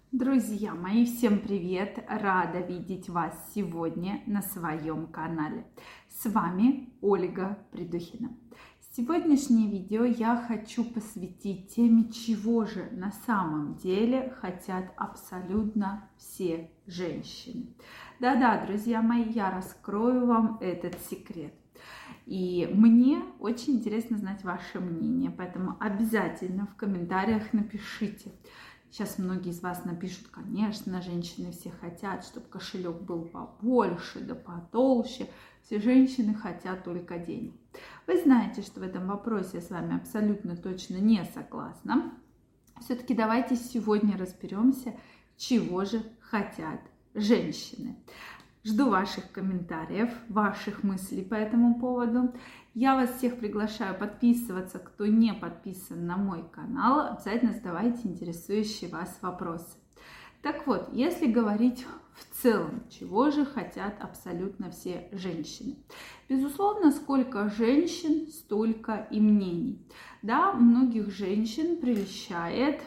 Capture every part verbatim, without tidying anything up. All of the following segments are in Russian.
Друзья мои, всем привет! Рада видеть вас сегодня на своем канале. С вами Ольга Придухина. Сегодняшнее видео я хочу посвятить теме, чего же на самом деле хотят абсолютно все женщины. Да-да, друзья мои, я раскрою вам этот секрет. И мне очень интересно знать ваше мнение, поэтому обязательно в комментариях напишите. Сейчас многие из вас напишут, конечно, женщины все хотят, чтобы кошелек был побольше, да потолще. Все женщины хотят только денег. Вы знаете, что в этом вопросе я с вами абсолютно точно не согласна. Все-таки давайте сегодня разберемся, чего же хотят женщины. Жду ваших комментариев, ваших мыслей по этому поводу. Я вас всех приглашаю подписываться, кто не подписан на мой канал. Обязательно задавайте интересующие вас вопросы. Так вот, если говорить в целом, чего же хотят абсолютно все женщины? Безусловно, сколько женщин, столько и мнений. Да, многих женщин прельщает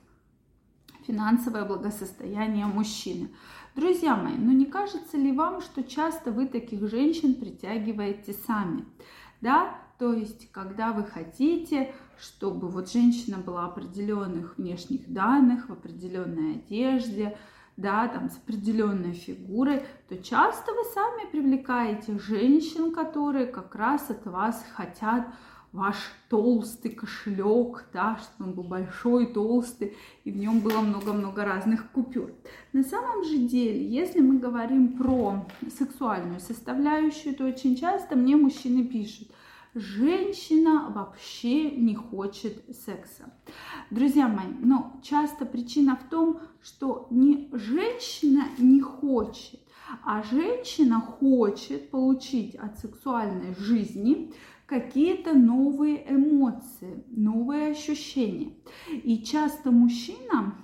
финансовое благосостояние мужчины. Друзья мои, ну не кажется ли вам, что часто вы таких женщин притягиваете сами? Да, то есть, когда вы хотите, чтобы вот женщина была определенных внешних данных, в определенной одежде, да, там с определенной фигурой, то часто вы сами привлекаете женщин, которые как раз от вас хотят ваш толстый кошелек, да, чтобы он был большой, толстый, и в нем было много-много разных купюр. На самом же деле, если мы говорим про сексуальную составляющую, то очень часто мне мужчины пишут: женщина вообще не хочет секса. Друзья мои, но часто причина в том, что не женщина не хочет, а женщина хочет получить от сексуальной жизни какие-то новые эмоции, новые ощущения. И часто мужчина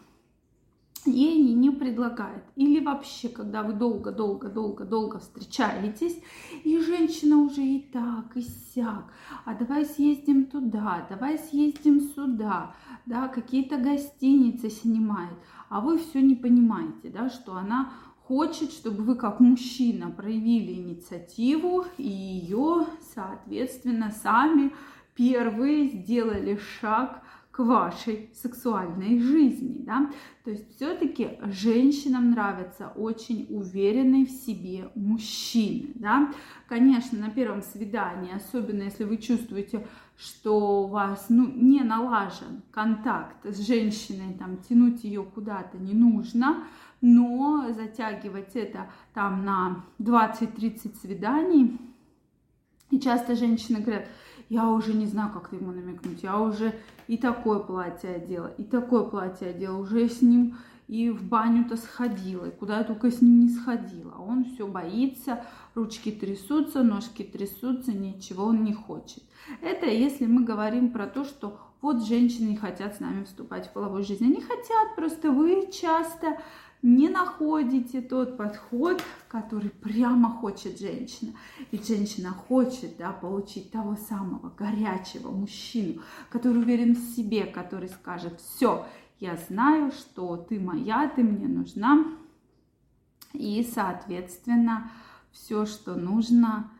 ей не предлагает. Или вообще, когда вы долго-долго-долго-долго встречаетесь, и женщина уже и так, и сяк, а давай съездим туда, давай съездим сюда, да, какие-то гостиницы снимает, а вы все не понимаете, да, что она хочет, чтобы вы как мужчина проявили инициативу и ее, соответственно, сами первые сделали шаг к вашей сексуальной жизни, да. То есть все-таки женщинам нравятся очень уверенные в себе мужчины, да. Конечно, на первом свидании, особенно если вы чувствуете, что у вас, ну, не налажен контакт с женщиной, там, тянуть ее куда-то не нужно, но затягивать это там на двадцать-тридцать свиданий. И часто женщины говорят: я уже не знаю, как ему намекнуть, я уже и такое платье одела, и такое платье одела, уже с ним и в баню-то сходила, и куда я только с ним не сходила. А он все боится, ручки трясутся, ножки трясутся, ничего он не хочет. Это если мы говорим про то, что вот женщины не хотят с нами вступать в половую жизнь. Они хотят, просто вы часто не находите тот подход, который прямо хочет женщина. Ведь женщина хочет, да, получить того самого горячего мужчину, который уверен в себе, который скажет: все, я знаю, что ты моя, ты мне нужна. И, соответственно, все, что нужно,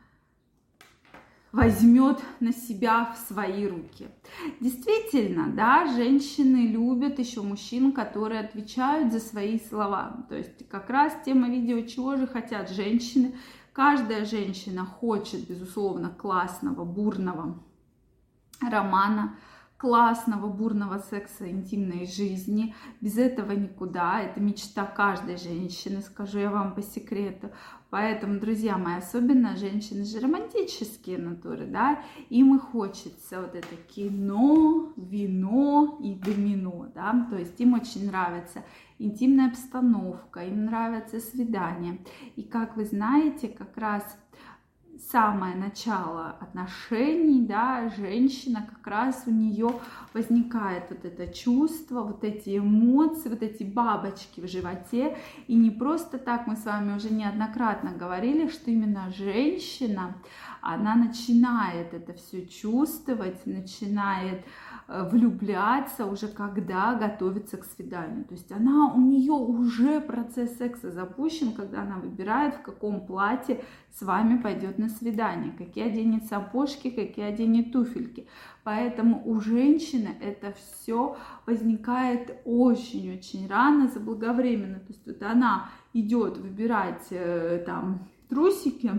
возьмет на себя в свои руки. Действительно, да, женщины любят еще мужчин, которые отвечают за свои слова. То есть как раз тема видео «Чего же хотят женщины?». Каждая женщина хочет, безусловно, классного, бурного романа, классного, бурного секса, интимной жизни. Без этого никуда. Это мечта каждой женщины, скажу я вам по секрету. Поэтому, друзья мои, особенно женщины же романтические натуры, да, им и хочется вот это кино, вино и домино, да, то есть им очень нравится интимная обстановка, им нравятся свидания. И, как вы знаете, как раз самое начало отношений, да, женщина, как раз у нее возникает вот это чувство, вот эти эмоции, вот эти бабочки в животе. И не просто так, мы с вами уже неоднократно говорили, что именно женщина, она начинает это все чувствовать, начинает влюбляться уже когда готовится к свиданию. То есть она, у нее уже процесс секса запущен, когда она выбирает, в каком платье с вами пойдет на свидание, какие оденет сапожки, какие оденет туфельки. Поэтому у женщины это все возникает очень-очень рано, заблаговременно. То есть вот она идет выбирать там трусики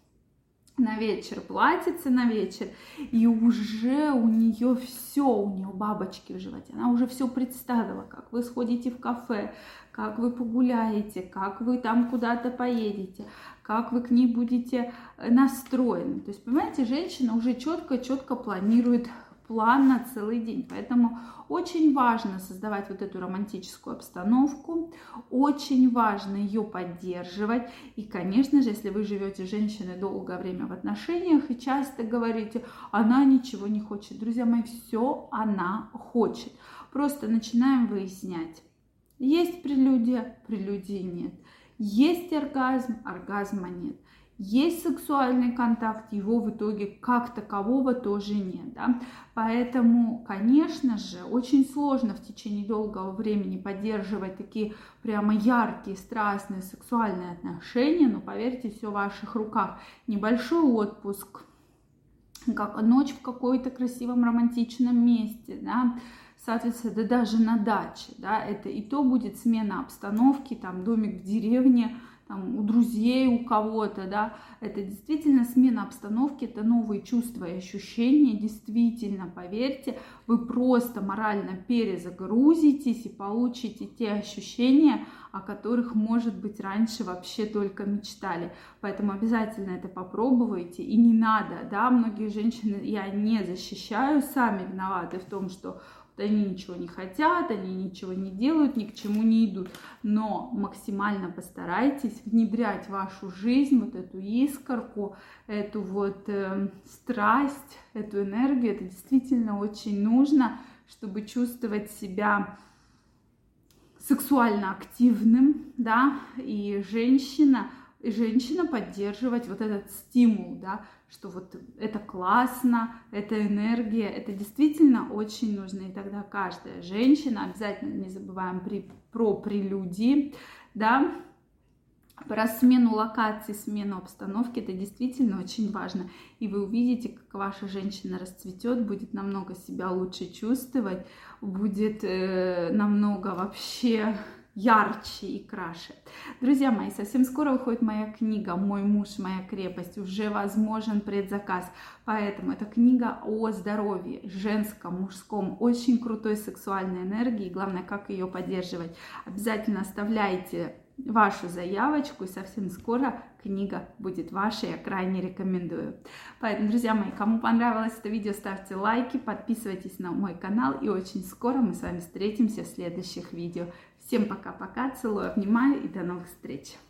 на вечер, платьице на вечер, и уже у нее все, у нее бабочки в животе, она уже все представила, как вы сходите в кафе, как вы погуляете, как вы там куда-то поедете, как вы к ней будете настроены. То есть, понимаете, женщина уже четко-четко планирует план на целый день. Поэтому очень важно создавать вот эту романтическую обстановку, очень важно ее поддерживать. И, конечно же, если вы живете с женщиной долгое время в отношениях и часто говорите, она ничего не хочет. Друзья мои, все она хочет. Просто начинаем выяснять. Есть прелюдия, прелюдии нет. Есть оргазм, оргазма нет. Есть сексуальный контакт, его в итоге как такового тоже нет, да? Поэтому, конечно же, очень сложно в течение долгого времени поддерживать такие прямо яркие, страстные, сексуальные отношения, но поверьте, все в ваших руках. Небольшой отпуск, как ночь в какой-то красивом романтичном месте, да? Соответственно, да даже на даче, да, это и то будет смена обстановки, там домик в деревне, там, у друзей, у кого-то, да, это действительно смена обстановки, это новые чувства и ощущения, действительно, поверьте, вы просто морально перезагрузитесь и получите те ощущения, о которых, может быть, раньше вообще только мечтали. Поэтому обязательно это попробуйте, и не надо, да, многие женщины, я не защищаю, сами виноваты в том, что они ничего не хотят, они ничего не делают, ни к чему не идут. Но максимально постарайтесь внедрять в вашу жизнь вот эту искорку, эту вот э, страсть, эту энергию. Это действительно очень нужно, чтобы чувствовать себя сексуально активным, да, и женщина, и женщина поддерживать вот этот стимул, да, что вот это классно, это энергия, это действительно очень нужно. И тогда каждая женщина, обязательно не забываем при, про прелюдии, да, про смену локации, смену обстановки, это действительно очень важно. И вы увидите, как ваша женщина расцветет, будет намного себя лучше чувствовать, будет э, намного вообще ярче и краше. Друзья мои, совсем скоро выходит моя книга «Мой муж, моя крепость». Уже возможен предзаказ. Поэтому это книга о здоровье, женском, мужском, очень крутой сексуальной энергии. И главное, как ее поддерживать. Обязательно оставляйте вашу заявочку, и совсем скоро книга будет вашей, я крайне рекомендую. Поэтому, друзья мои, кому понравилось это видео, ставьте лайки, подписывайтесь на мой канал, и очень скоро мы с вами встретимся в следующих видео. Всем пока-пока, целую, обнимаю и до новых встреч!